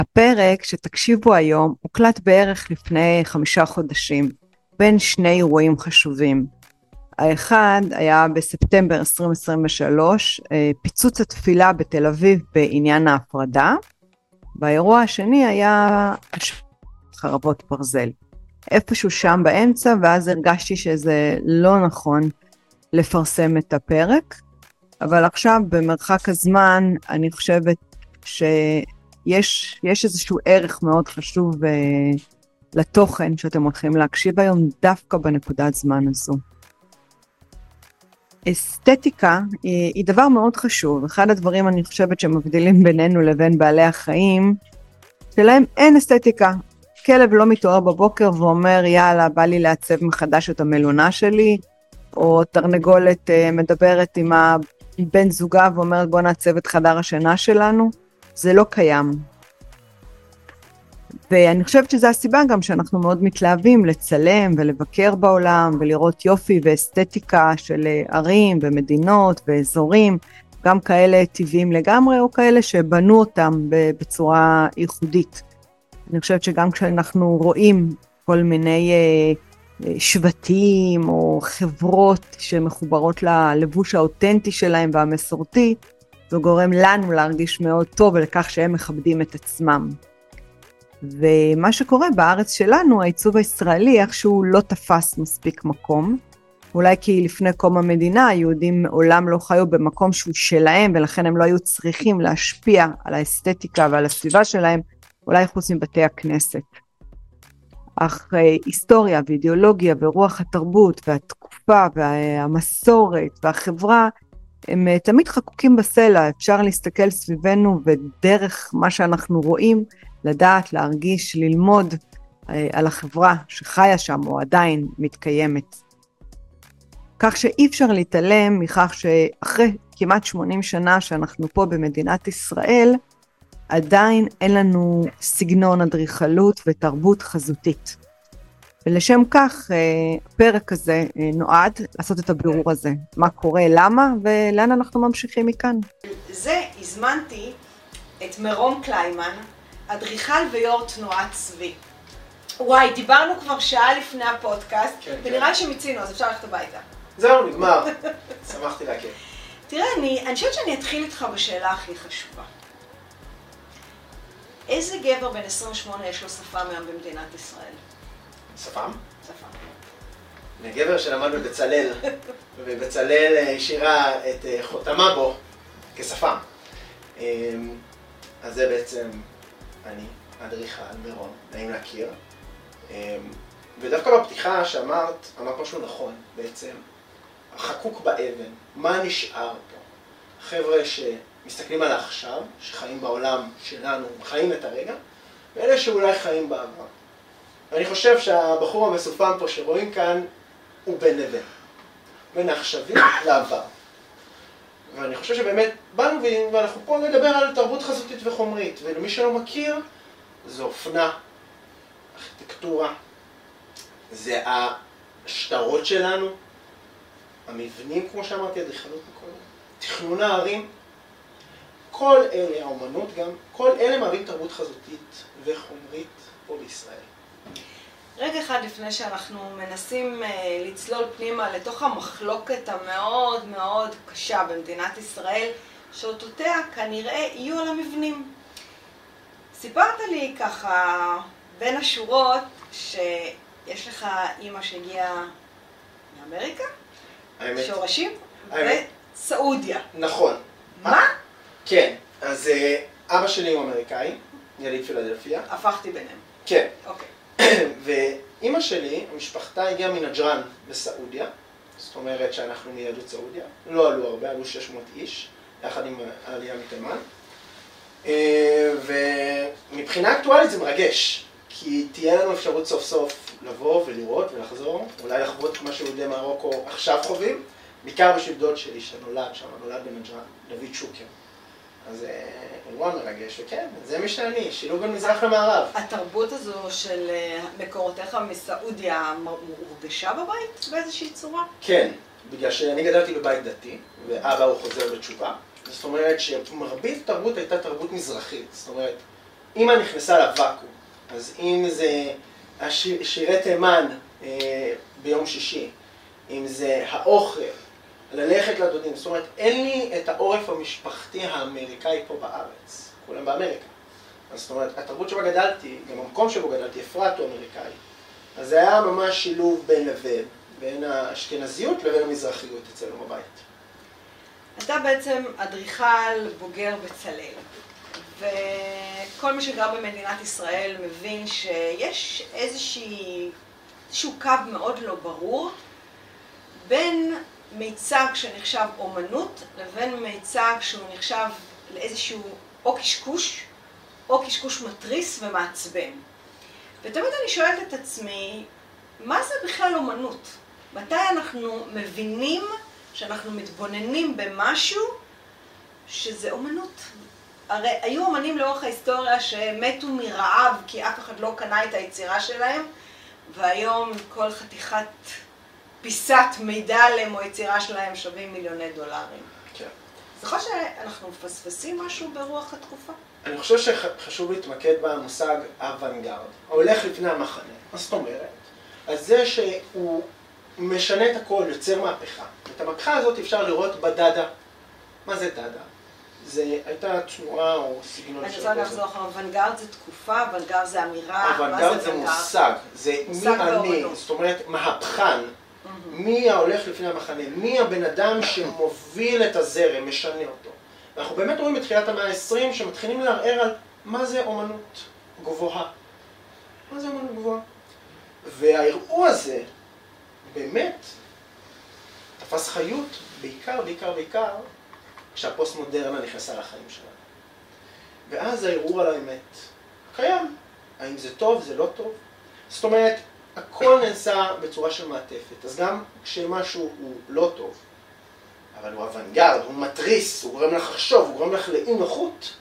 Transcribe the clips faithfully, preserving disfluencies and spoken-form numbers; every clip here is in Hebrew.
הפרק שתקשיבו היום הוקלט בערך לפני חמישה חודשים, בין שני אירועים חשובים. האחד היה בספטמבר עשרים עשרים ושלוש, פיצוץ התפילה בתל אביב בעניין ההפרדה, והאירוע השני היה חרבות ברזל. איפשהו שם באמצע, ואז הרגשתי שזה לא נכון לפרסם את הפרק, אבל עכשיו במרחק הזמן אני חושבת שיש יש איזשהו ערך מאוד חשוב uh, לתוכן שאתם הולכים להקשיב היום דווקא בנקודת זמן הזו. אסתטיקה היא, היא דבר מאוד חשוב. אחד הדברים אני חושבת שמבדילים בינינו לבין בעלי החיים, שלהם אין אסתטיקה. כלב לא מתעורר בבוקר ואומר יאללה בא לי לעצב מחדש את המלונה שלי, או תרנגולת uh, מדברת עם הבן זוגה ואומרת בוא נעצב את חדר השינה שלנו. זה לא קיים. ואני חושבת שזו הסיבה גם שאנחנו מאוד מתלהבים לצלם ולבקר בעולם ולראות יופי ואסתטיקה של ערים ומדינות ואזורים, גם כאלה טבעיים לגמרי או כאלה שבנו אותם בצורה ייחודית. אני חושבת שגם כשאנחנו רואים כל מיני שבטים או חברות שמחוברות ללבוש האותנטי שלהם והמסורתי, זה גורם לנו להרגיש מאוד טוב ולכך שהם מכבדים את עצמם. ומה שקורה בארץ שלנו, העיצוב הישראלי איכשהו לא תפס מספיק מקום, אולי כי לפני קום המדינה היהודים מעולם לא חיו במקום שהוא שלהם, ולכן הם לא היו צריכים להשפיע על האסתטיקה ועל הסביבה שלהם, אולי חוץ מבתי הכנסת. אך היסטוריה ואידיאולוגיה ורוח התרבות והתקופה והמסורת והחברה, הם תמיד חקוקים בסלע. אפשר להסתכל סביבנו ודרך מה שאנחנו רואים, לדעת, להרגיש, ללמוד על החברה שחיה שם או עדיין מתקיימת. כך שאי אפשר להתעלם מכך שאחרי כמעט שמונים שנה שאנחנו פה במדינת ישראל, עדיין אין לנו סגנון אדריכלות ותרבות חזותית. ולשם כך הפרק הזה נועד לעשות את הבירור הזה. מה קורה, למה ולאן אנחנו ממשיכים מכאן. זה הזמנתי את מרום קליימן, אדריכל ויו"ר תנועת צבי. וואי, דיברנו כבר שעה לפני הפודקאסט, כן, ונראה לי כן. שמיצינו, אז אפשר ללכת הביתה. זהו, נגמר. שמחתי להכיר. תראה, אני, אני חושבת שאני אתחיל איתך בשאלה הכי חשובה. איזה גבר בן עשרים ושמונה יש לו שפם היום במדינת ישראל? שפם? שפם. לגבר שלמד בבצלאל, ובצלאל השאירה את חותמה בו כשפם. אז זה בעצם אני, אדריכל, מרום, נעים להכיר. ודווקא בפתיחה שאמרת, אמרת משהו נכון בעצם, החקוק באבן, מה נשאר פה? חבר'ה שמסתכלים על העכשיו, שחיים בעולם שלנו, חיים את הרגע, ואלה שאולי חיים בעבר. ואני חושב שהבחור המסופם פה שרואים כאן הוא בן לבין, בין העכשווי לעבר. ואני חושב שבאמת באנו ואנחנו פה נדבר על תרבות חזותית וחומרית, ולמי שלא מכיר, זו אופנה, ארכיטקטורה, זה השטרות שלנו, המבנים, כמו שאמרתי, אדריכלות מקודם, תכנון הערים, כל אלה, האומנות גם, כל אלה מהווים תרבות חזותית וחומרית פה בישראל. רגע אחד לפני שאנחנו מנסים לצלול פנימה לתוך המחלוקת המאוד מאוד קשה במדינת ישראל, שאותותיה כנראה יהיו על המבנים. סיפרת לי ככה בין השורות שיש לך אימא שהגיעה מאמריקה, האמת. שורשים, האמת. וסעודיה. נכון. מה? כן, אז אבא שלי הוא אמריקאי, יליד פילדלפיה. הפכתי ביניהם. כן. אוקיי. ואימא שלי, משפחתה הגיעה מנג'רן בסעודיה, זאת אומרת שאנחנו מיהדות סעודיה, לא עלו הרבה, עלו שש מאות איש, יחד עם העלייה מתימן. ומבחינה אקטואלית זה מרגש, כי תהיה לנו אפשרות סוף סוף לבוא ולראות ולחזור, אולי לחוות מה שיהודי מרוקו עכשיו חווים, בעיקר בשביל דוד שלי שנולד שם, נולד בנג'רן, דוד שוקר. אז אירוע מרגש, וכן, זה מי שאני, שילוב בין מזרח למערב. התרבות הזו של מקורותיך מסעודיה הורגשה בבית באיזושהי צורה? כן, בגלל שאני גדלתי בבית דתי, ואבא הוא חוזר בתשובה. זאת אומרת שמרבית תרבות הייתה תרבות מזרחית. זאת אומרת, אמא נכנסה לוואקום, אז אם זה השיר, שירי תימן אה, ביום שישי, אם זה האוכל, ללכת לדודים, זאת אומרת, אין לי את העורף המשפחתי האמריקאי פה בארץ, כולם באמריקה. אז זאת אומרת, התרבות שבה גדלתי, גם המקום שבו גדלתי, אפרת הוא אמריקאי. אז זה היה ממש שילוב בין לבין, בין האשכנזיות לבין המזרחיות אצלנו בבית. אתה בעצם אדריכל בוגר בצלאל, וכל מי שגר במדינת ישראל מבין שיש איזושהי, איזשהו קו מאוד לא ברור בין מיצג שנחשב אומנות לבין מיצג שהוא נחשב לאיזשהו או קשקוש או קשקוש מטריס ומעצבן. ותמיד אני שואלת את עצמי, מה זה בכלל אומנות? מתי אנחנו מבינים שאנחנו מתבוננים במשהו שזה אומנות? הרי היו אומנים לאורך ההיסטוריה שמתו מרעב כי אף אחד לא קנה את היצירה שלהם, והיום כל חתיכת פיסת מידע עליהם או יצירה שלהם שווים מיליוני דולרים. כן. אז יכול שאנחנו מפספסים משהו ברוח התקופה? אני חושב שחשוב להתמקד במושג אוונגרד, ההולך לפני המחנה. מה זאת אומרת? אז זה שהוא משנה את הכל, יוצר מהפכה. את המהפכה הזאת אפשר לראות בדאדה. מה זה דאדה? זה הייתה תנועה או סגנון של... אני רוצה לחזור אחר, אוונגרד זה תקופה, אוונגרד זה אמירה, אוונגרד זה מושג, זה מי אני, זאת אומרת מהפכן, מי ההולך לפני המחנה, מי הבן אדם שמוביל את הזרם, משנה אותו. ואנחנו באמת רואים בתחילת המאה ה-עשרים שמתחילים לערער על מה זה אומנות גבוהה. מה זה אומנות גבוהה? והערעור הזה באמת תפס חיות בעיקר, בעיקר, בעיקר כשהפוסט-מודרנה נכנסה לחיים שלנו. ואז הערעור על האמת קיים. האם זה טוב, זה לא טוב? זאת אומרת, הכל נעשה בצורה של מעטפת. אז גם כשמשהו הוא לא טוב, אבל הוא אוונגרד, הוא מטריס, הוא גורם לך לחשוב, הוא גורם לך לאי נוחות,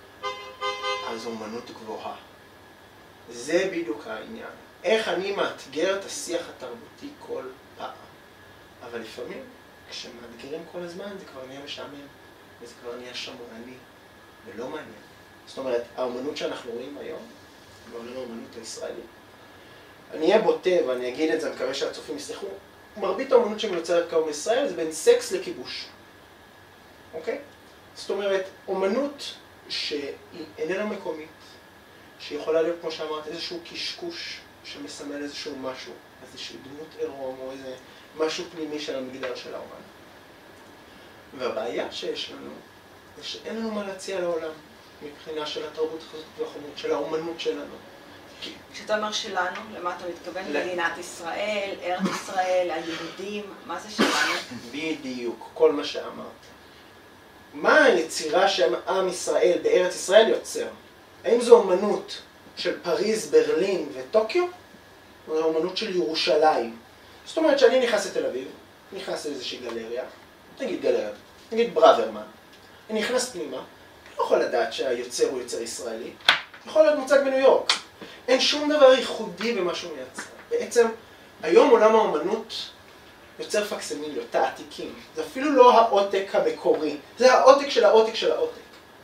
אז זו אומנות גבוהה. זה בדיוק העניין. איך אני מאתגר את השיח התרבותי כל פעם. אבל לפעמים, כשמאתגרים כל הזמן, זה כבר נהיה משעמם, וזה כבר נהיה שמרני, ולא מעניין. זאת אומרת, האומנות שאנחנו רואים היום, בעולם האומנות הישראלית, אני אהיה בוטה ואני אגיד את זה, אני מקווה שהצופים יסלחו, מרבית האומנות שמיוצרת כיום בישראל זה בין סקס לכיבוש. אוקיי? זאת אומרת, אומנות שהיא איננה מקומית, שיכולה להיות, כמו שאמרת, איזשהו קשקוש שמסמל איזשהו משהו, איזושהי דמות עירום או איזה משהו פנימי של המגדר של האומן. והבעיה שיש לנו, זה שאין לנו מה להציע לעולם מבחינה של התרבות והחומות, של האומנות שלנו. כשאתה אומר שלנו, למה אתה מתכוון? מדינת ישראל, ארץ ישראל, היהודים, מה זה שלנו? בדיוק, כל מה שאמרת. מה היצירה שעם ישראל בארץ ישראל יוצר? האם זו אומנות של פריז, ברלין וטוקיו? או זו אומנות של ירושלים? זאת אומרת שאני נכנס לתל אביב, נכנס לאיזושהי גלריה, נגיד גלריה, נגיד ברוורמן, אני נכנס פנימה, אני לא יכול לדעת שהיוצר הוא יוצר ישראלי, יכול להיות מוצג בניו יורק. אין שום דבר ייחודי במה שהוא מייצר. בעצם, היום עולם האומנות יוצר פקסימיליות, תעתיקים. זה אפילו לא העותק המקורי, זה העותק של העותק של העותק.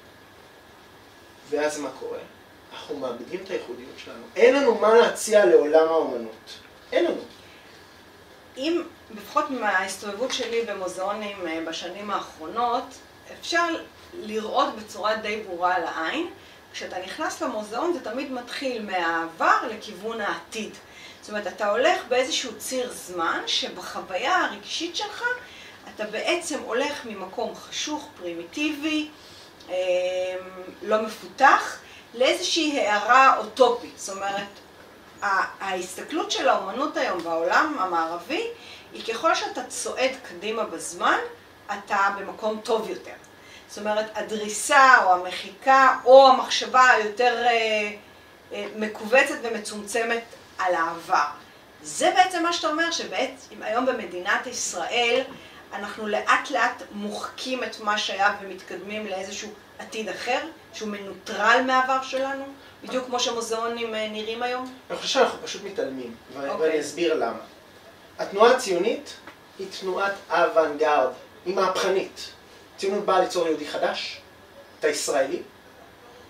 ואז מה קורה? אנחנו מאבדים את הייחודיות שלנו. אין לנו מה להציע לעולם האומנות. אין לנו. אם, לפחות מההסתובבות שלי במוזיאונים בשנים האחרונות, אפשר לראות בצורה די ברורה על העין, כשאתה נכנס למוזיאון זה תמיד מתחיל מהעבר לכיוון העתיד. זאת אומרת, אתה הולך באיזשהו ציר זמן שבחוויה הרגשית שלך אתה בעצם הולך ממקום חשוך, פרימיטיבי, לא מפותח, לאיזושהי הערה אוטופית. זאת אומרת, ההסתכלות של האומנות היום בעולם המערבי היא ככל שאתה צועד קדימה בזמן, אתה במקום טוב יותר. זאת אומרת, הדריסה או המחיקה או המחשבה היותר אה, אה, מקובצת ומצומצמת על העבר. זה בעצם מה שאתה אומר, שבעצם היום במדינת ישראל אנחנו לאט לאט מוחקים את מה שהיה ומתקדמים לאיזשהו עתיד אחר, שהוא מנוטרל מהעבר שלנו, בדיוק כמו שמוזיאונים נראים היום? אני חושב שאנחנו פשוט מתעלמים, ואני אסביר למה. התנועה הציונית היא תנועת אוונגרד, היא מהפכנית. ציונות באה ליצור יהודי חדש, את הישראלי,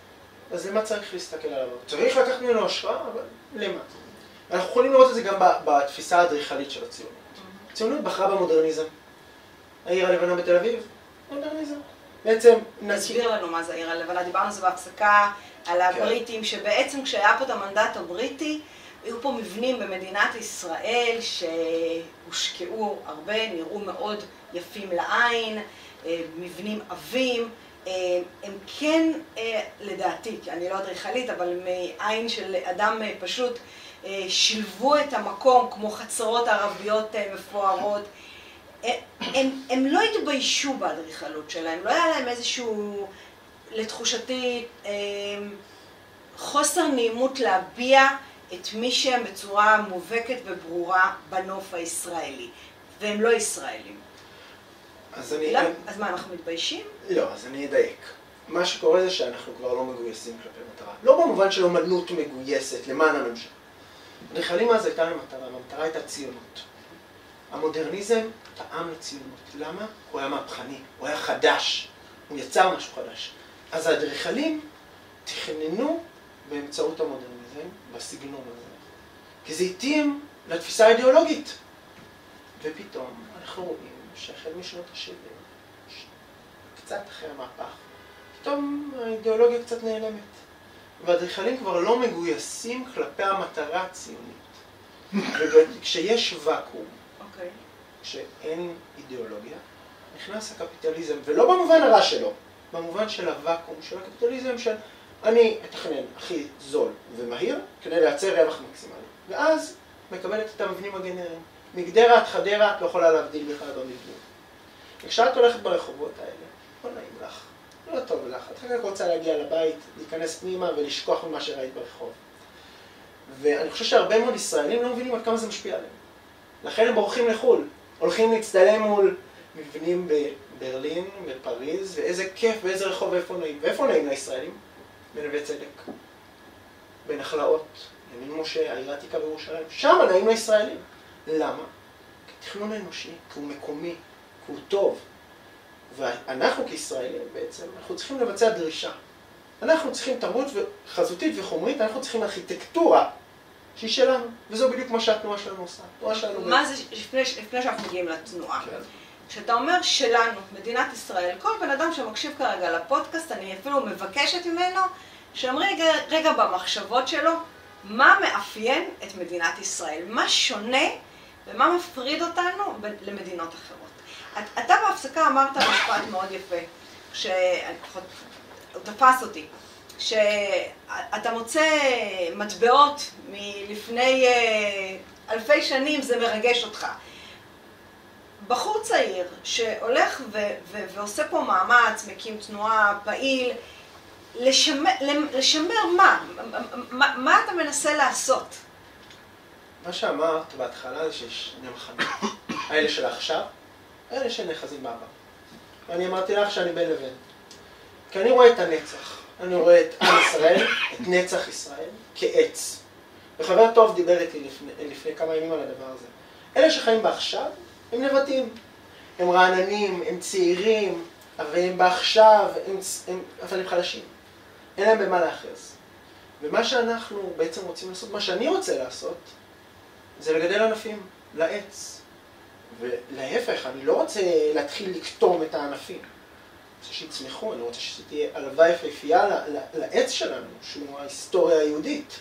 אז למה צריך להסתכל עליו? צריך לקחת ממנו השראה, אבל למה? אנחנו יכולים לראות את זה גם בתפיסה האדריכלית של הציונות. הציונות בחרה במודרניזם. העיר הלבנה בתל אביב, מודרניזם. בעצם נסביר לנו מה זה העיר הלבנה, דיברנו על זה בהפסקה, על הבריטים, שבעצם כשהיה פה את המנדט הבריטי, היו פה מבנים במדינת ישראל שהושקעו הרבה, נראו מאוד יפים לעין, מבנים עבים. הם כן, לדעתי, כי אני לא אדריכלית, אבל מעין של אדם פשוט, שילבו את המקום כמו חצרות ערביות מפוארות. הם, הם לא התביישו באדריכלות שלהם, לא היה להם איזשהו, לתחושתי, חוסר נעימות להביע את מי שהם בצורה מובהקת וברורה בנוף הישראלי, והם לא ישראלים. אז אני... לא? אז מה, אנחנו מתביישים? לא, אז אני אדייק. מה שקורה זה שאנחנו כבר לא מגויסים כלפי מטרה. לא במובן של אומנות מגויסת למען הממשלה. אדריכלים אז הייתה למטרה, המטרה הייתה ציונות. המודרניזם טעם לציונות. למה? הוא היה מהפכני, הוא היה חדש, הוא יצר משהו חדש. אז האדריכלים תכננו באמצעות המודרניזם בסגנון הזה. כי זה התאים לתפיסה האידיאולוגית. ופתאום אנחנו רואים שהחל משנות ה-שבעים, קצת אחרי המהפך, פתאום האידיאולוגיה קצת נעלמת. והאדריכלים כבר לא מגויסים כלפי המטרה הציונית. וכשיש ואקום, okay. כשאין אידיאולוגיה, נכנס הקפיטליזם, ולא במובן הרע שלו, במובן של הוואקום, של הקפיטליזם של אני אתכנן הכי זול ומהיר, כדי לייצר רווח מקסימלי. ואז מקבלת את המבנים הגנריים. מגדרה עד חדרה את לא יכולה להבדיל בכלל במבנים. וכשאת הולכת ברחובות האלה, לא נעים לך, לא טוב לך, את רק רוצה להגיע לבית, להיכנס פנימה ולשכוח ממה שראית ברחוב. ואני חושב שהרבה מאוד ישראלים לא מבינים עד כמה זה משפיע עליהם. לכן הם בורחים לחו"ל, הולכים להצטלם מול מבנים בברלין, בפריז, ואיזה כיף, ואיזה רחוב, ואיפה נעים. ואיפה נעים לישראלים? בנווה צדק, בנחלאות, ימין משה, העיר העתיקה בירושלים. שם נעים לישראלים. למה? כי תכנון אנושי, כי הוא מקומי, כי הוא טוב. ואנחנו כישראלים בעצם, אנחנו צריכים לבצע דרישה. אנחנו צריכים תרבות חזותית וחומרית, אנחנו צריכים ארכיטקטורה שהיא שלנו. וזו בדיוק מה שהתנועה שלנו עושה. התנועה שלנו מה זה, לפני, לפני שאנחנו מגיעים לתנועה? כן. כשאתה אומר שלנו, מדינת ישראל, כל בן אדם שמקשיב כרגע לפודקאסט, אני אפילו מבקשת ממנו, שאומר רגע, רגע במחשבות שלו, מה מאפיין את מדינת ישראל? מה שונה ומה מפריד אותנו למדינות אחרות? אתה בהפסקה אמרת משפט מאוד יפה, שהוא תפס אותי, שאתה מוצא מטבעות מלפני אלפי שנים, זה מרגש אותך. בחור צעיר שהולך ו- ו- ועושה פה מאמץ, מקים תנועה, פעיל, לשמר, לשמר מה? מה? מה אתה מנסה לעשות? מה שאמרת בהתחלה זה שיש שני מחנות. האלה של עכשיו, האלה שנאחזים בעבר. ואני אמרתי לך שאני בין לבין. כי אני רואה את הנצח. אני רואה את עם ישראל, את נצח ישראל, כעץ. וחבר טוב דיבר איתי לפני, לפני כמה ימים על הדבר הזה. אלה שחיים בעכשיו, הם נבטים. הם רעננים, הם צעירים, אבל הם בעכשיו, הם, הם, אבל הם חלשים. אין להם במה להאחז. ומה שאנחנו בעצם רוצים לעשות, מה שאני רוצה לעשות, זה לגדל ענפים, לעץ. ולהפך, אני לא רוצה להתחיל לקטום את הענפים. אני רוצה שיצמחו, אני רוצה שתהיה עלווה יפהפייה לעץ שלנו, שהוא ההיסטוריה היהודית.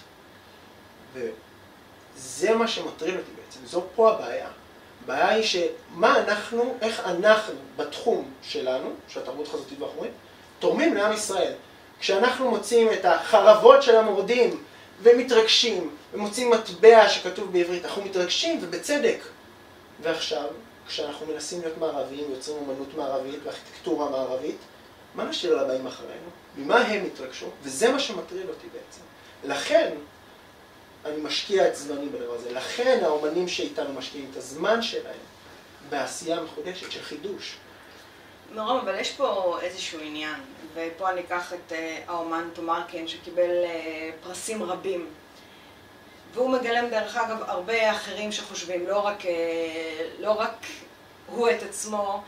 וזה מה שמטריד אותי בעצם, זו פה הבעיה. הבעיה היא שמה אנחנו, איך אנחנו בתחום שלנו, של התרבות חזותית והחומרית, תורמים לעם ישראל. כשאנחנו מוצאים את החרבות של המורדים ומתרגשים, ומוצאים מטבע שכתוב בעברית, אנחנו מתרגשים ובצדק. ועכשיו, כשאנחנו מנסים להיות מערביים, יוצרים אומנות מערבית וארכיטקטורה מערבית, מה נשאיר לבאים אחרינו? ממה הם התרגשו? וזה מה שמטריד אותי בעצם. לכן, אני משקיע את זמני בדבר הזה. לכן האומנים שאיתנו משקיעים את הזמן שלהם בעשייה מחודשת של חידוש. מרום, אבל יש פה איזשהו עניין, ופה אני אקח את האומן תומרקן שקיבל פרסים רבים. והוא מגלם דרך אגב הרבה אחרים שחושבים, לא רק, לא רק הוא את עצמו,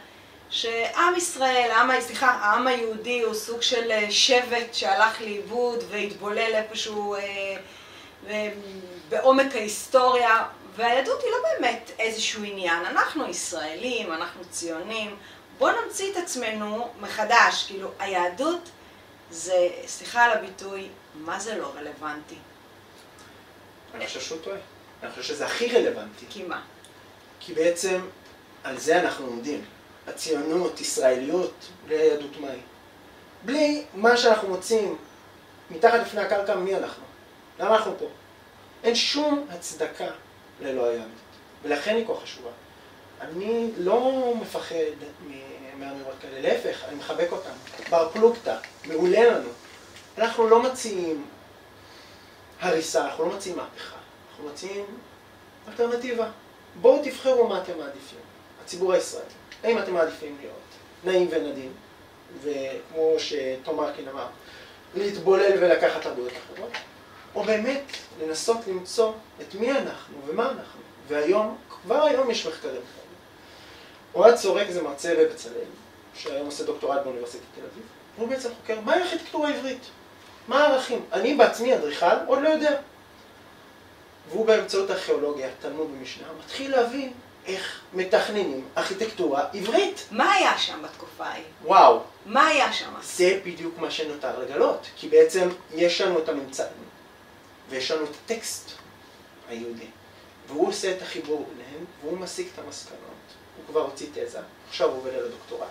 שעם ישראל, העם, סליחה, העם היהודי הוא סוג של שבט שהלך לאיבוד והתבולל איפשהו אה, בעומק ההיסטוריה, והיהדות היא לא באמת איזשהו עניין. אנחנו ישראלים, אנחנו ציונים, בואו נמציא את עצמנו מחדש. כאילו, היהדות זה, סליחה על הביטוי, מה זה לא רלוונטי? אני חושב שהוא טועה. אני חושב שזה הכי רלוונטי. כי מה? כי בעצם על זה אנחנו עומדים. הציונות, ישראליות, בלי היהדות מהי. בלי מה שאנחנו מוצאים מתחת לפני הקרקע, מי אנחנו? למה אנחנו פה? אין שום הצדקה ללא היהדות. ולכן היא כה חשובה. אני לא מפחד מאמירות כאלה, להפך, אני מחבק אותם. בר פלוגתא, מעולה לנו. אנחנו לא מציעים הריסה, אנחנו לא מציעים מהפכה. אנחנו מציעים אלטרנטיבה. בואו תבחרו מה אתם מעדיפים. הציבור הישראלי. האם אתם מעדיפים להיות נעים ונדים, וכמו שתום ארקין אמר, להתבולל ולקחת תרבויות אחרות, או באמת לנסות למצוא את מי אנחנו ומה אנחנו. והיום, כבר היום יש מחקרים כאלה. אוהד סורק זה מרצה בבצלאל, שהיום עושה דוקטורט באוניברסיטת תל אביב. הוא בעצם חוקר, מהי ארכיטקטורה עברית? מה הערכים? אני בעצמי אדריכל, עוד לא יודע. והוא באמצעות ארכיאולוגיה, תלמוד ומשנה, מתחיל להבין איך מתכננים ארכיטקטורה עברית. מה היה שם בתקופה ההיא? וואו. מה היה שם? זה בדיוק מה שנותר לגלות. כי בעצם יש לנו את הממצאים, ויש לנו את הטקסט היהודי. והוא עושה את החיבור ביניהם, והוא מסיק את המסקנות. הוא כבר הוציא תזה, עכשיו הוא עובד על הדוקטורט.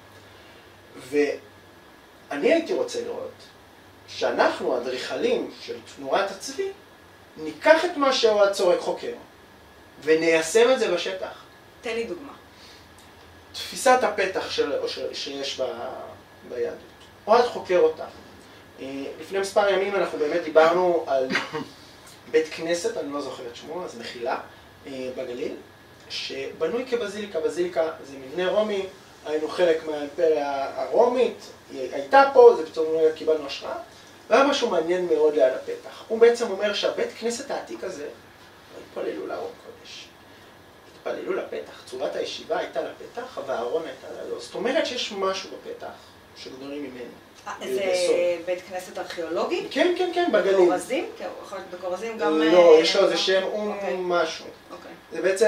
ואני הייתי רוצה לראות שאנחנו, האדריכלים של תנועת הצבי, ניקח את מה שאוהד סורק חוקר, וניישם את זה בשטח. תן לי דוגמה. תפיסת הפתח של, של, שיש ב, ביהדות. אוהד חוקר אותה. לפני מספר ימים אנחנו באמת דיברנו על בית כנסת, אני לא זוכר את שמו, אז מחילה, בגליל, שבנוי כבזיליקה. בזיליקה זה מבנה רומי, היינו חלק מהאימפריה הרומית, היא הייתה פה, זה פתאום קיבלנו השראה, והיה משהו מעניין מאוד ליד הפתח. הוא בעצם אומר שהבית כנסת העתיק הזה, לא התפללו לארון קודש. התפללו לפתח, צורת הישיבה הייתה לפתח, והארון הייתה לעלות. זאת אומרת שיש משהו בפתח שגדולים ממני. זה בית כנסת ארכיאולוגי? כן, כן, כן, בגליל. בקורזים? יכול להיות בקורזים גם... לא, יש לו איזה שם, הוא משהו. זה בעצם,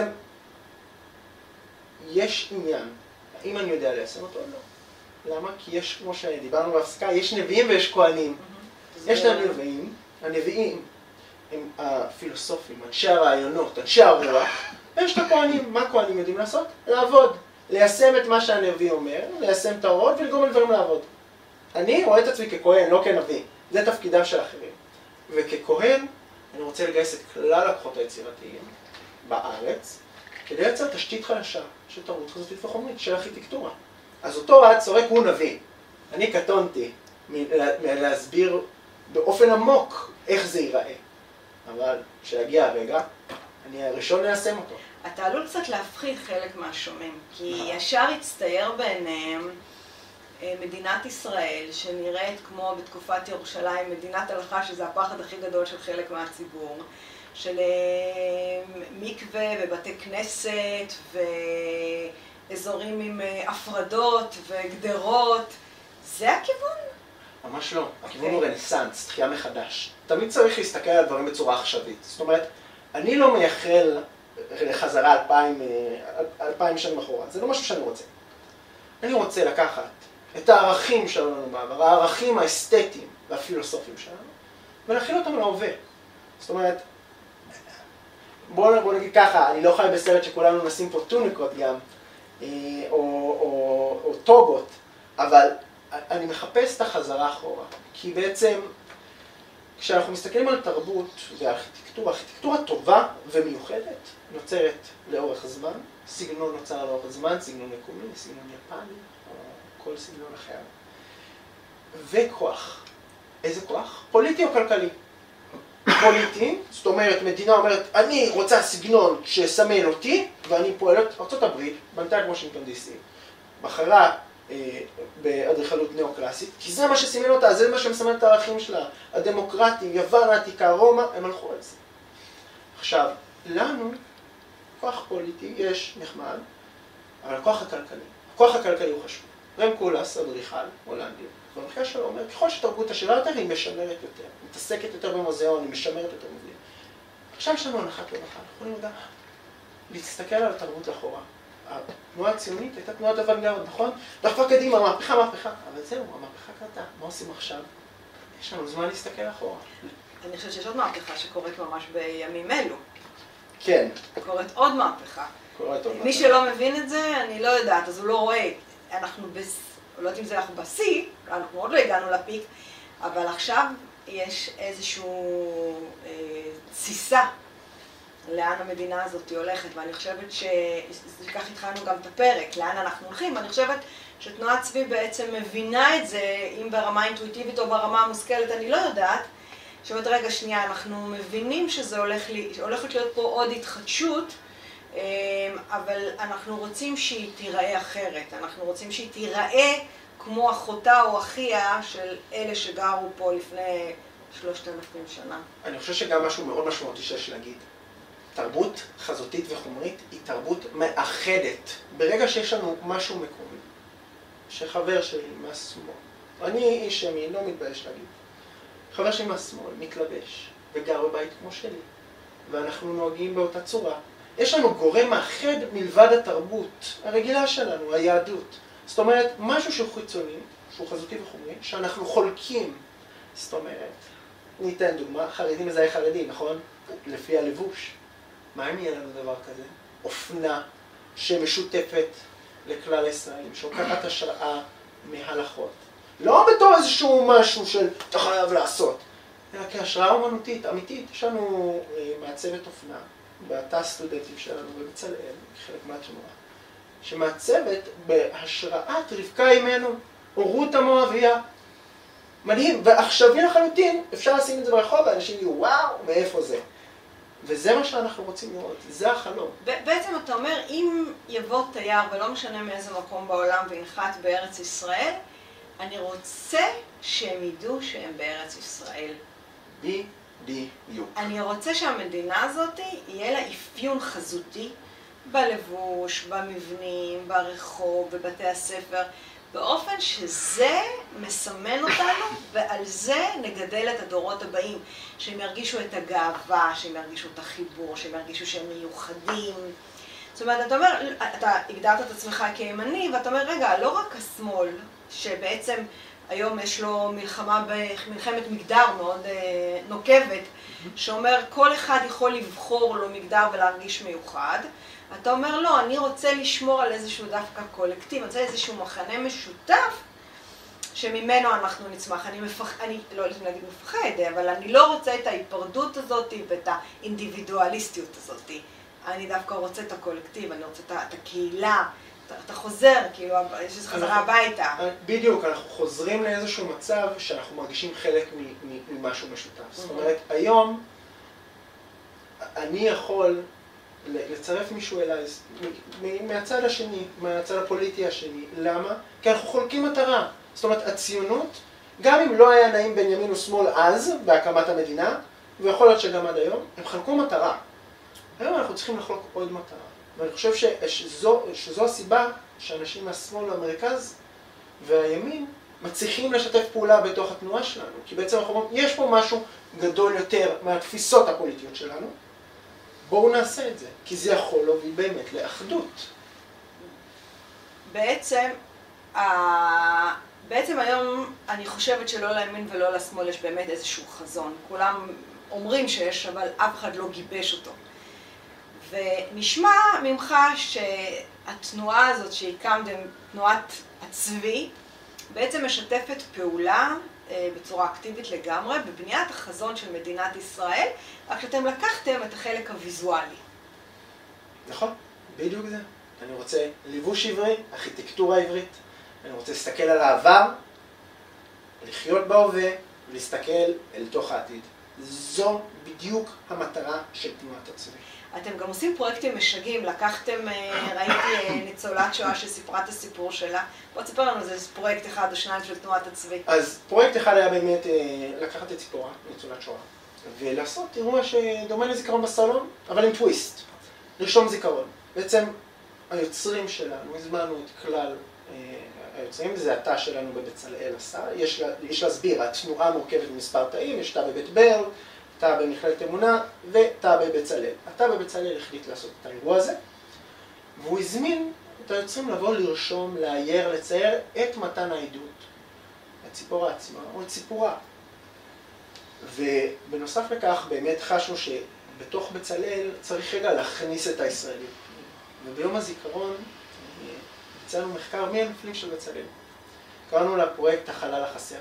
יש עניין. האם אני יודע ליישם אותו או לא? למה? כי יש, כמו שדיברנו בהפסקה, יש נביאים ויש כהנים. יש להם נביאים, הנביאים הם הפילוסופים, אנשי הרעיונות, אנשי הרוח, ויש את הכהנים. מה כהנים יודעים לעשות? לעבוד. ליישם את מה שהנביא אומר, ליישם את ההוראות ולגרום לדברים לעבוד. אני רואה את עצמי ככהן, לא כנביא. זה תפקידם של אחרים. וככהן, אני רוצה לגייס את כלל הכוחות היצירתיים בארץ, כדי לייצר תשתית חדשה של תרבות חזותית וחומרית, של ארכיטקטורה. אז אותו אוהד סורק הוא נביא. אני קטונתי מלהסביר באופן עמוק איך זה ייראה. אבל כשיגיע הרגע, אני הראשון ליישם אותו. אתה עלול קצת להפחיד חלק מהשומעים, כי ישר הצטייר בעיניהם מדינת ישראל, שנראית כמו בתקופת ירושלים, מדינת הלכה, שזה הפחד הכי גדול של חלק מהציבור, של מקווה ובתי כנסת ואזורים עם הפרדות וגדרות. זה הכיוון? ממש לא. הכיוון הוא רנסנס, תחייה מחדש. תמיד צריך להסתכל על דברים בצורה עכשווית. זאת אומרת, אני לא מייחל לחזרה אלפיים, אלפיים שנים אחורה. זה לא משהו שאני רוצה. אני רוצה לקחת את הערכים שלנו בעבר, הערכים האסתטיים והפילוסופיים שלנו, ולהכיל אותם להווה. זאת אומרת, בואו בוא נגיד ככה, אני לא חי בסרט שכולנו נשים פה טוניקות גם, או, או, או טוגות, אבל אני מחפש את החזרה אחורה. כי בעצם, כשאנחנו מסתכלים על תרבות וארכיטקטורה, ארכיטקטורה טובה ומיוחדת נוצרת לאורך זמן, סגנון נוצר לאורך זמן, סגנון מקומי, סגנון יפני, או כל סגנון אחר. וכוח. איזה כוח? פוליטי או כלכלי? פוליטי, זאת אומרת, מדינה אומרת, אני רוצה סגנון שיסמן אותי, ואני פועלת, ארצות הברית, בנתה את וושינגטון די סי, בחרה אה, באדריכלות נאו-קלאסית, כי זה מה שסימן אותה, זה מה שמסמן את הערכים שלה, הדמוקרטים, יוון, העתיקה, רומא, הם הלכו על זה. עכשיו, לנו, כוח פוליטי יש נחמד, אבל הכוח הכלכלי, הכוח הכלכלי הוא חשוב. רם קולס, אדריכל הולנדי, במחקר שלו אומר, ככל שתרבות עשירה יותר, היא משמרת יותר, היא מתעסקת יותר במוזיאון, היא משמרת יותר מבנים. עכשיו יש לנו הנחת הולכה, אנחנו יכולים גם להסתכל על התרבות לאחורה. התנועה הציונית הייתה תנועת אוונגרד, נכון? דחפה קדימה, מהפכה, מהפכה. אבל זהו, המהפכה קרתה. מה עושים עכשיו? יש לנו זמן להסתכל אחורה. אני חושבת שיש עוד מהפכה שקורית ממש בימים אלו. כן. קורית עוד מהפכה. קורית עוד מהפכה. מי שלא מבין את זה, אני לא יודעת, אז הוא לא רואה. אנחנו בס... לא יודעת אם זה אנחנו בשיא, אנחנו עוד לא הגענו לפיק, אבל עכשיו יש איזשהו אה, תסיסה לאן המדינה הזאת הולכת, ואני חושבת שכך התחלנו גם את הפרק, לאן אנחנו הולכים, ואני חושבת שתנועת צבי בעצם מבינה את זה, אם ברמה אינטואיטיבית או ברמה המושכלת, אני לא יודעת, שאומרת רגע שנייה, אנחנו מבינים שזה הולך לי, הולכת להיות פה עוד התחדשות, אבל אנחנו רוצים שהיא תיראה אחרת, אנחנו רוצים שהיא תיראה כמו אחותה או אחיה של אלה שגרו פה לפני שלושת אלפים שנה. אני חושב שגם משהו מאוד משמעותי שיש להגיד. תרבות חזותית וחומרית היא תרבות מאחדת. ברגע שיש לנו משהו מקומי, שחבר שלי מהשמאל, אני איש ימין, לא מתבייש להגיד, חבר שלי מהשמאל מתלבש וגר בבית כמו שלי, ואנחנו נוהגים באותה צורה. יש לנו גורם מאחד מלבד התרבות הרגילה שלנו, היהדות. זאת אומרת, משהו שהוא חיצוני, שהוא חזותי וחומרי, שאנחנו חולקים. זאת אומרת, ניתן דוגמה, חרדי מזהה חרדי, נכון? לפי הלבוש. מה אם יהיה לנו דבר כזה? אופנה שמשותפת לכלל ישראלים, שוקעת השראה מהלכות. לא בתור איזשהו משהו של אתה חייב לעשות, אלא כהשראה אומנותית, אמיתית. יש לנו מעצבת אופנה, בתא הסטודנטים שלנו בבצלאל, חלק מהתנועה, שמעצבת בהשראת רבקה אימנו, או רות המואביה. מדהים, ועכשווי לחלוטין, אפשר לשים את זה ברחוב, ואנשים יהיו וואו, מאיפה זה? וזה מה שאנחנו רוצים לראות, זה החלום. בעצם אתה אומר, אם יבוא תייר, ולא משנה מאיזה מקום בעולם, וינחת בארץ ישראל, אני רוצה שהם ידעו שהם בארץ ישראל. בדיוק. אני רוצה שהמדינה הזאת יהיה לה אפיון חזותי בלבוש, במבנים, ברחוב, בבתי הספר, באופן שזה מסמן אותנו, ועל זה נגדל את הדורות הבאים, שהם ירגישו את הגאווה, שהם ירגישו את החיבור, שהם ירגישו שהם מיוחדים. זאת אומרת, אתה אומר, אתה הגדרת את עצמך כימני, ואתה אומר, רגע, לא רק השמאל, שבעצם היום יש לו מלחמה, מלחמת מגדר מאוד אה, נוקבת, שאומר, כל אחד יכול לבחור לו מגדר ולהרגיש מיוחד. אתה אומר, לא, אני רוצה לשמור על איזשהו דווקא קולקטיב, אני רוצה איזשהו מחנה משותף, שממנו אנחנו נצמח. אני מפח... אני לא יודעת להגיד מפחד, אבל אני לא רוצה את ההיפרדות הזאת ואת האינדיבידואליסטיות הזאת. אני דווקא רוצה את הקולקטיב, אני רוצה את הקהילה. אתה, אתה חוזר, כאילו, יש איזו חזרה הביתה. בדיוק, אנחנו חוזרים לאיזשהו מצב שאנחנו מרגישים חלק ממשהו משותף. זאת אומרת, היום אני יכול לצרף מישהו אליי מהצד השני, מהצד הפוליטי השני. למה? כי אנחנו חולקים מטרה. זאת אומרת, הציונות, גם אם לא היה נעים בין ימין ושמאל אז, בהקמת המדינה, ויכול להיות שגם עד היום, הם חלקו מטרה. היום אנחנו צריכים לחלוק עוד מטרה. ואני חושב שזו, שזו הסיבה שאנשים מהשמאל למרכז והימין מצליחים לשתף פעולה בתוך התנועה שלנו. כי בעצם אנחנו אומרים, יש פה משהו גדול יותר מהתפיסות הפוליטיות שלנו, בואו נעשה את זה, כי זה יכול להוביל באמת לאחדות. בעצם, בעצם היום אני חושבת שלא לימין ולא לשמאל יש באמת איזשהו חזון. כולם אומרים שיש, אבל אף אחד לא גיבש אותו. ונשמע ממך שהתנועה הזאת שהקמתם, תנועת הצבי, בעצם משתפת פעולה בצורה אקטיבית לגמרי בבניית החזון של מדינת ישראל, רק שאתם לקחתם את החלק הוויזואלי. נכון, בדיוק זה. אני רוצה לבוש עברי, ארכיטקטורה עברית, אני רוצה להסתכל על העבר, לחיות בהווה ולהסתכל אל תוך העתיד. זו בדיוק המטרה של תנועת הצבי. אתם גם עושים פרויקטים משגעים, לקחתם, ראיתי ניצולת שואה שסיפרה את הסיפור שלה. בוא תספר לנו, זה פרויקט אחד או שניים של תנועת הצבי. אז פרויקט אחד היה באמת לקחת את ציפורה, ניצולת שואה, ולעשות אירוע שדומה לזיכרון בסלון, אבל עם טוויסט. לרשום זיכרון. בעצם היוצרים שלנו, הזמנו את כלל היוצרים, זה התא שלנו בבצלאל עשה, יש, לה, יש להסביר, התנועה מורכבת ממספר תאים, יש תא בבית ברל, תא במכללת אמונה ותא בבצלאל. התא בבצלאל החליט לעשות את האירוע הזה, והוא הזמין את היוצרים לבוא לרשום, לאייר, לצייר את מתן העדות, את ציפורה עצמה או את סיפורה. ובנוסף לכך באמת חשנו שבתוך בצלאל צריך רגע להכניס את הישראלים. וביום הזיכרון יצאנו מחקר מי הנופלים של בצלאל. קראנו לפרויקט החלל החסר.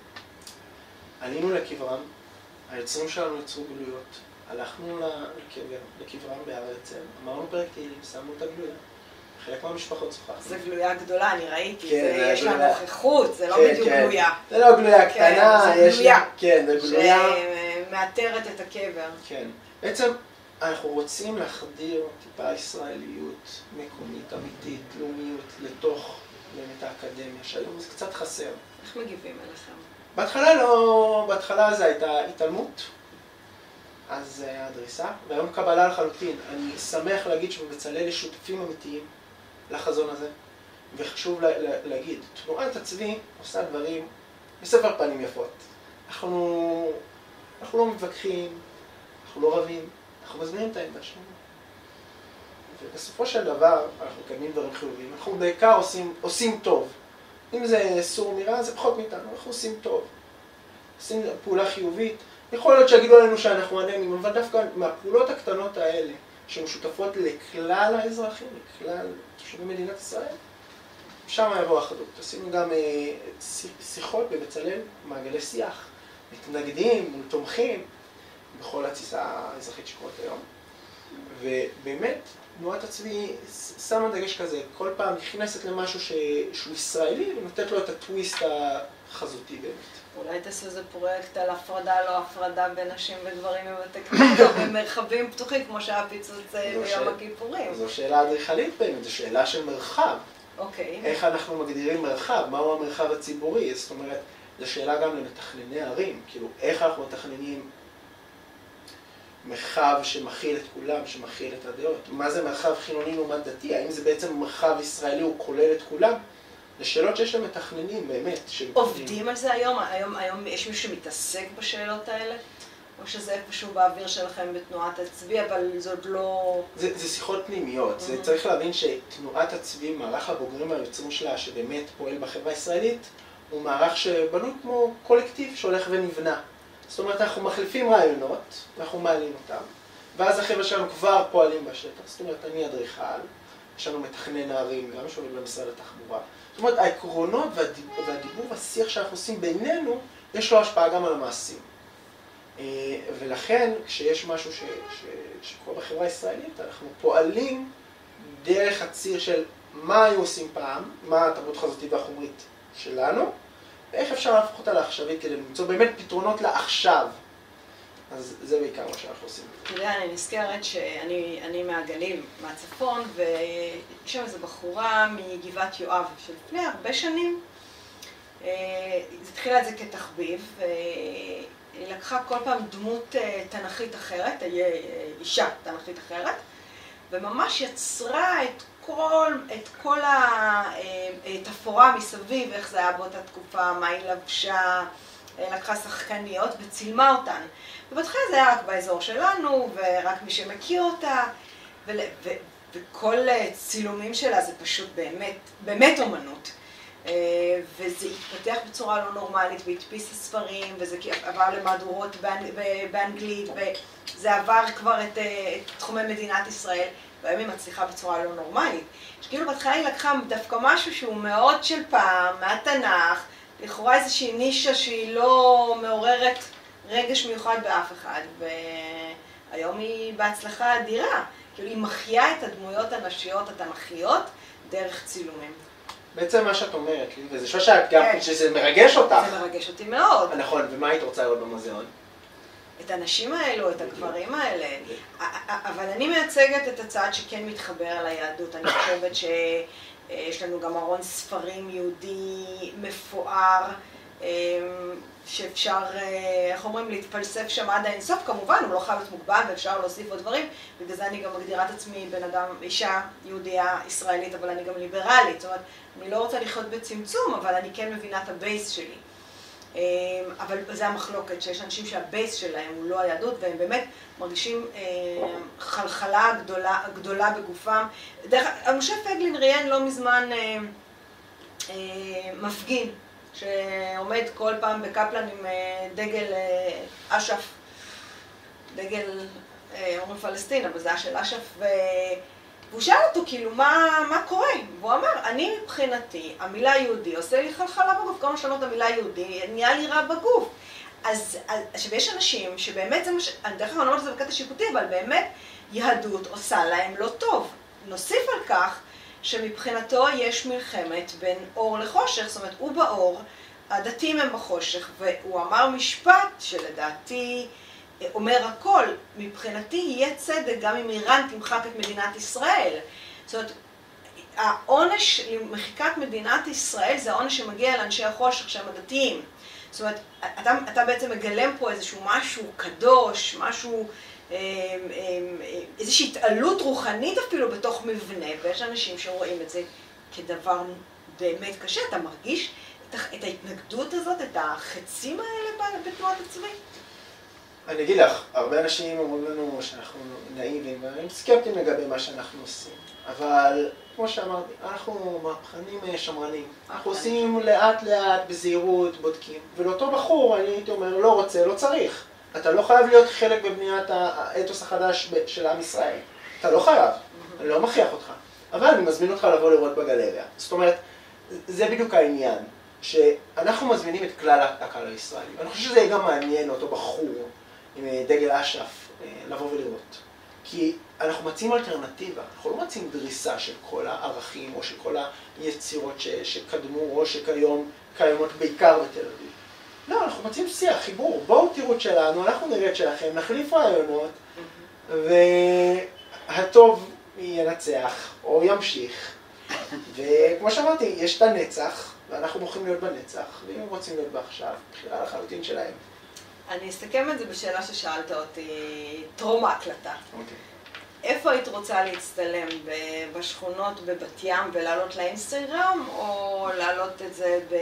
עלינו לקברם, היוצרים שלנו יצרו גלויות, הלכנו לקבר, לקברם בהר הרצל, אמרנו פרק תהילים, שמנו את הגלויה. חלק מהמשפחות שוחחנו. זה גלויה גדולה, אני ראיתי, כן, זה, זה יש לה גלויה. נוכחות, זה לא כן, בדיוק כן. גלויה. זה לא גלויה קטנה, זה יש גלויה. כן, זה גלויה. שמאתרת את הקבר. כן. בעצם אנחנו רוצים להחדיר טיפה ישראליות מקומית, אמיתית, לאומיות, לתוך באמת האקדמיה, שהיום זה קצת חסר. איך מגיבים אליכם? בהתחלה לא, בהתחלה זה הייתה התעלמות, אז זה היה דריסה, והיום קבלה לחלוטין. אני שמח להגיד שבבצלאל יש שותפים אמיתיים לחזון הזה, וחשוב לה, לה, להגיד, תנועת הצבי עושה דברים בספר פנים יפות. אנחנו, אנחנו לא מתווכחים, אנחנו לא רבים, אנחנו מזמינים את העמדה שלנו. ובסופו של דבר אנחנו מקדמים דברים חיוביים, אנחנו בעיקר עושים, עושים טוב. אם זה סור מרע, זה פחות מאיתנו, אנחנו עושים טוב. עושים פעולה חיובית. יכול להיות שיגידו עלינו שאנחנו עננים, אבל דווקא מהפעולות הקטנות האלה, שמשותפות לכלל האזרחים, לכלל תושבי מדינת ישראל, שם יבוא אחדות. עשינו גם אה, שיחות בבצלאל, מעגלי שיח, מתנגדים מול תומכים, בכל התסיסה האזרחית שקורית היום. ובאמת, תנועת הצבי שמה דגש כזה, כל פעם נכנסת למשהו ש... שהוא ישראלי, ונותנת לו את הטוויסט החזותי באמת. אולי תעשו איזה פרויקט על הפרדה, לא הפרדה בין נשים וגברים בבתי כנסת, במרחבים פתוחים, כמו שהיה פיצוץ ביום הכיפורים. זו שאלה אדריכלית באמת, זו שאלה של מרחב. אוקיי. איך אנחנו מגדירים מרחב, מהו המרחב הציבורי, זאת אומרת, זו שאלה גם למתכנני ערים, כאילו, איך אנחנו מתכננים מרחב שמכיל את כולם, שמכיל את הדעות. מה זה מרחב חילוני לעומת דתי? האם זה בעצם מרחב ישראלי, הוא כולל את כולם? זה שאלות שיש להם מתכננים, באמת. עובדים על זה היום? היום, היום יש מישהו שמתעסק בשאלות האלה? או שזה איפשהו באוויר שלכם בתנועת הצבי, אבל זה עוד לא... זה, זה שיחות פנימיות. זה צריך להבין שתנועת הצבי, מערך הבוגרים והיוצרים שלה, שבאמת פועל בחברה הישראלית, הוא מערך שבנוי כמו קולקטיב שהולך ונבנה. זאת אומרת, אנחנו מחליפים רעיונות, אנחנו מעלים אותם, ואז החבר'ה שלנו כבר פועלים בשטח. זאת אומרת, אני אדריכל, יש לנו מתכנן הערים, גם שעובד במשרד התחבורה. זאת אומרת, העקרונות והדיבור, והדיבור והשיח שאנחנו עושים בינינו, יש לו השפעה גם על המעשים. ולכן, כשיש משהו ש, ש, שקורה בחברה הישראלית, אנחנו פועלים דרך הציר של מה היו עושים פעם, מה התרבות החזותית והחומרית שלנו, ואיך אפשר להפוך אותה לעכשווית כדי למצוא באמת פתרונות לעכשיו. אז זה בעיקר מה שאנחנו עושים. אתה יודע, אני נזכרת שאני אני מהגליל, מהצפון, ויש שם איזו בחורה מגבעת יואב, שלפני הרבה שנים, זה התחילה את זה כתחביב, והיא לקחה כל פעם דמות תנכית אחרת, אישה תנכית אחרת, וממש יצרה את כל, את כל התפאורה מסביב, איך זה היה באותה תקופה, מה היא לבשה, לקחה שחקניות וצילמה אותן. ובהתחלה זה היה רק באזור שלנו, ורק מי שמכיר אותה, ו- ו- וכל צילומים שלה זה פשוט באמת, באמת אומנות. וזה התפתח בצורה לא נורמלית, והדפיס הספרים, וזה עבר למהדורות באנ- באנגלית, וזה עבר כבר את, את תחומי מדינת ישראל, והיום היא מצליחה בצורה לא נורמלית. שכאילו בהתחלה היא לקחה דווקא משהו שהוא מאוד של פעם, מהתנ"ך, לכאורה איזושהי נישה שהיא לא מעוררת רגש מיוחד באף אחד, והיום היא בהצלחה אדירה. כאילו היא מחיה את הדמויות הנשיות התנ"כיות דרך צילומים. בעצם מה שאת אומרת, וזה שואל שאת גם, שזה מרגש אותך. זה מרגש אותי מאוד. נכון, ומה היית רוצה לראות במוזיאון? את הנשים האלו, את הגברים האלה. אבל אני מייצגת את הצד שכן מתחבר ליהדות. אני חושבת שיש לנו גם ארון ספרים יהודי מפואר, שאפשר, איך אומרים, להתפלסף שם עד האינסוף, כמובן, הוא לא חייב להיות מוגבל ואפשר להוסיף עוד דברים, בגלל זה אני גם מגדירה את עצמי בן אדם, אישה יהודייה ישראלית, אבל אני גם ליברלית, זאת אומרת, אני לא רוצה לחיות בצמצום, אבל אני כן מבינה את הבייס שלי. אבל זה המחלוקת, שיש אנשים שהבייס שלהם הוא לא היהדות, והם באמת מרגישים חלחלה גדולה, גדולה בגופם. דרך, משה פייגלין ראיין לא מזמן מפגין, שעומד כל פעם בקפלן עם דגל אש"ף, דגל, אומרים פלסטין, אבל זה היה של אש"ף, והוא שאל אותו כאילו מה, מה קורה? והוא אמר, אני מבחינתי, המילה יהודי עושה לי חלחלה בגוף, כל מה שאומרת המילה יהודי, נהיה לי רע בגוף. אז, אז ויש אנשים שבאמת, זה מש... דרך כלל אני אומרת את זה בקטע שיפוטי, אבל באמת יהדות עושה להם לא טוב. נוסיף על כך, שמבחינתו יש מלחמת בין אור לחושך, זאת אומרת, הוא באור, הדתיים הם בחושך, והוא אמר משפט שלדעתי אומר הכל, מבחינתי יהיה צדק גם אם איראן תמחק את מדינת ישראל. זאת אומרת, העונש למחיקת מדינת ישראל זה העונש שמגיע לאנשי החושך שהם הדתיים. זאת אומרת, אתה, אתה בעצם מגלם פה איזשהו משהו קדוש, משהו... איזושהי התעלות רוחנית אפילו בתוך מבנה, ויש אנשים שרואים את זה כדבר באמת קשה. אתה מרגיש את ההתנגדות הזאת, את החצים האלה בתנועת הצבי? אני אגיד לך, הרבה אנשים אומרים לנו שאנחנו נאיבים, והם סקפטיים לגבי מה שאנחנו עושים. אבל כמו שאמרתי, אנחנו מהפכנים שמרנים. אנחנו עושים לאט לאט, בזהירות, בודקים. ולאותו בחור, אני הייתי אומר, לא רוצה, לא צריך. אתה לא חייב להיות חלק בבניית האתוס החדש של עם ישראל. אתה לא חייב, אני לא מכריח אותך. אבל אני מזמין אותך לבוא לראות בגלריה. זאת אומרת, זה בדיוק העניין, שאנחנו מזמינים את כלל הקהל הישראלי. אני חושב שזה גם מעניין אותו בחור עם דגל אש"ף לבוא ולראות. כי אנחנו מציעים אלטרנטיבה, אנחנו לא מציעים דריסה של כל הערכים או של כל היצירות שקדמו או שכיום קיימות בעיקר בתל אביב. לא, אנחנו מציעים שיח, חיבור, בואו תראו את שלנו, אנחנו נראה את שלכם, נחליף רעיונות, והטוב ינצח או ימשיך. וכמו שאמרתי, יש את הנצח, ואנחנו מוכנים להיות בנצח, ואם הם רוצים להיות בעכשיו, בחירה לחלוטין שלהם. אני אסתכם את זה בשאלה ששאלת אותי, טרום ההקלטה. Okay. איפה היית רוצה להצטלם? בשכונות בבת ים ולעלות לאינסטגרם, או לעלות את זה ב...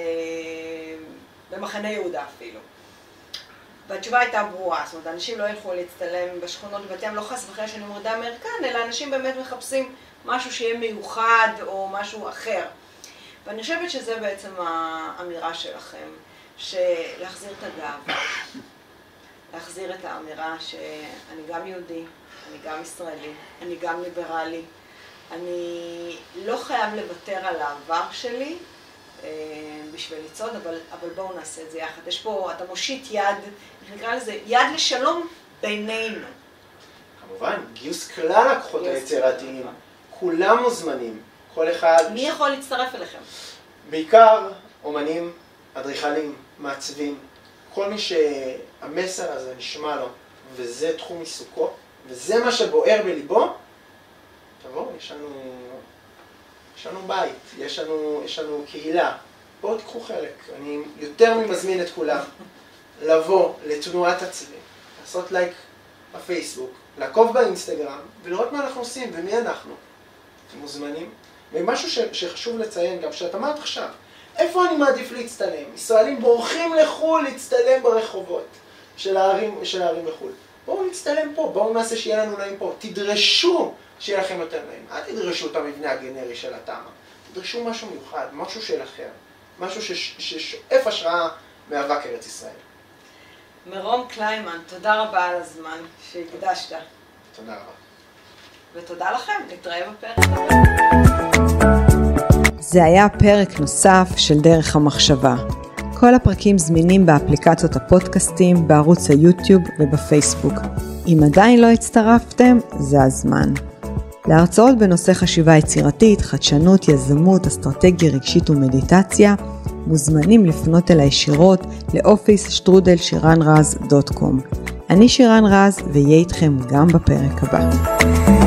במחנה יהודה אפילו? והתשובה הייתה ברורה, זאת אומרת, אנשים לא ילכו להצטלם בשכונות בבת ים, לא חס וחלילה שאני מורדה אמריקן, אלא אנשים באמת מחפשים משהו שיהיה מיוחד או משהו אחר. ואני חושבת שזה בעצם האמירה שלכם, שלהחזיר את הגב, להחזיר את האמירה שאני גם יהודי, אני גם ישראלי, אני גם ליברלי, אני לא חייב לוותר על העבר שלי בשביל לצעוד, אבל, אבל בואו נעשה את זה יחד. יש פה, אתה מושיט יד, נקרא לזה, יד לשלום בינינו. כמובן, גיוס כלל הכוחות היצירתיים, כולם מוזמנים, כל אחד... מי יכול להצטרף אליכם? בעיקר אומנים, אדריכלים, מעצבים, כל מי שהמסר הזה נשמע לו, וזה תחום עיסוקו, וזה מה שבוער בליבו, תבואו, יש לנו, יש לנו בית, יש לנו, יש לנו קהילה, בואו תיקחו חלק. אני יותר ממזמין את כולם לבוא לתנועת הצבי, לעשות לייק בפייסבוק, לעקוב באינסטגרם, ולראות מה אנחנו עושים ומי אנחנו. אתם מוזמנים. ומשהו ש, שחשוב לציין גם, שאת אמרת עכשיו, איפה אני מעדיף להצטלם? ישראלים בורחים לחו"ל להצטלם ברחובות של הערים, של הערים בחו"ל. בואו נצטלם פה, בואו נעשה שיהיה לנו נעים פה. תדרשו שיהיה לכם יותר נעים. אל תדרשו את המבנה הגנרי של התמה. תדרשו משהו מיוחד, משהו שלכם. משהו ששואף השראה מאבק ארץ ישראל. מרום קליימן, תודה רבה על הזמן שהקדשת. תודה רבה. ותודה לכם, נתראה בפרק הבא. זה היה פרק נוסף של דרך המחשבה. כל הפרקים זמינים באפליקציות הפודקאסטים, בערוץ היוטיוב ובפייסבוק. אם עדיין לא הצטרפתם, זה הזמן. להרצאות בנושא חשיבה יצירתית, חדשנות, יזמות, אסטרטגיה רגשית ומדיטציה, מוזמנים לפנות אליי ישירות לאופיס שטרודל שירן רז דוט קום. אני שירן רז, ויהיה איתכם גם בפרק הבא.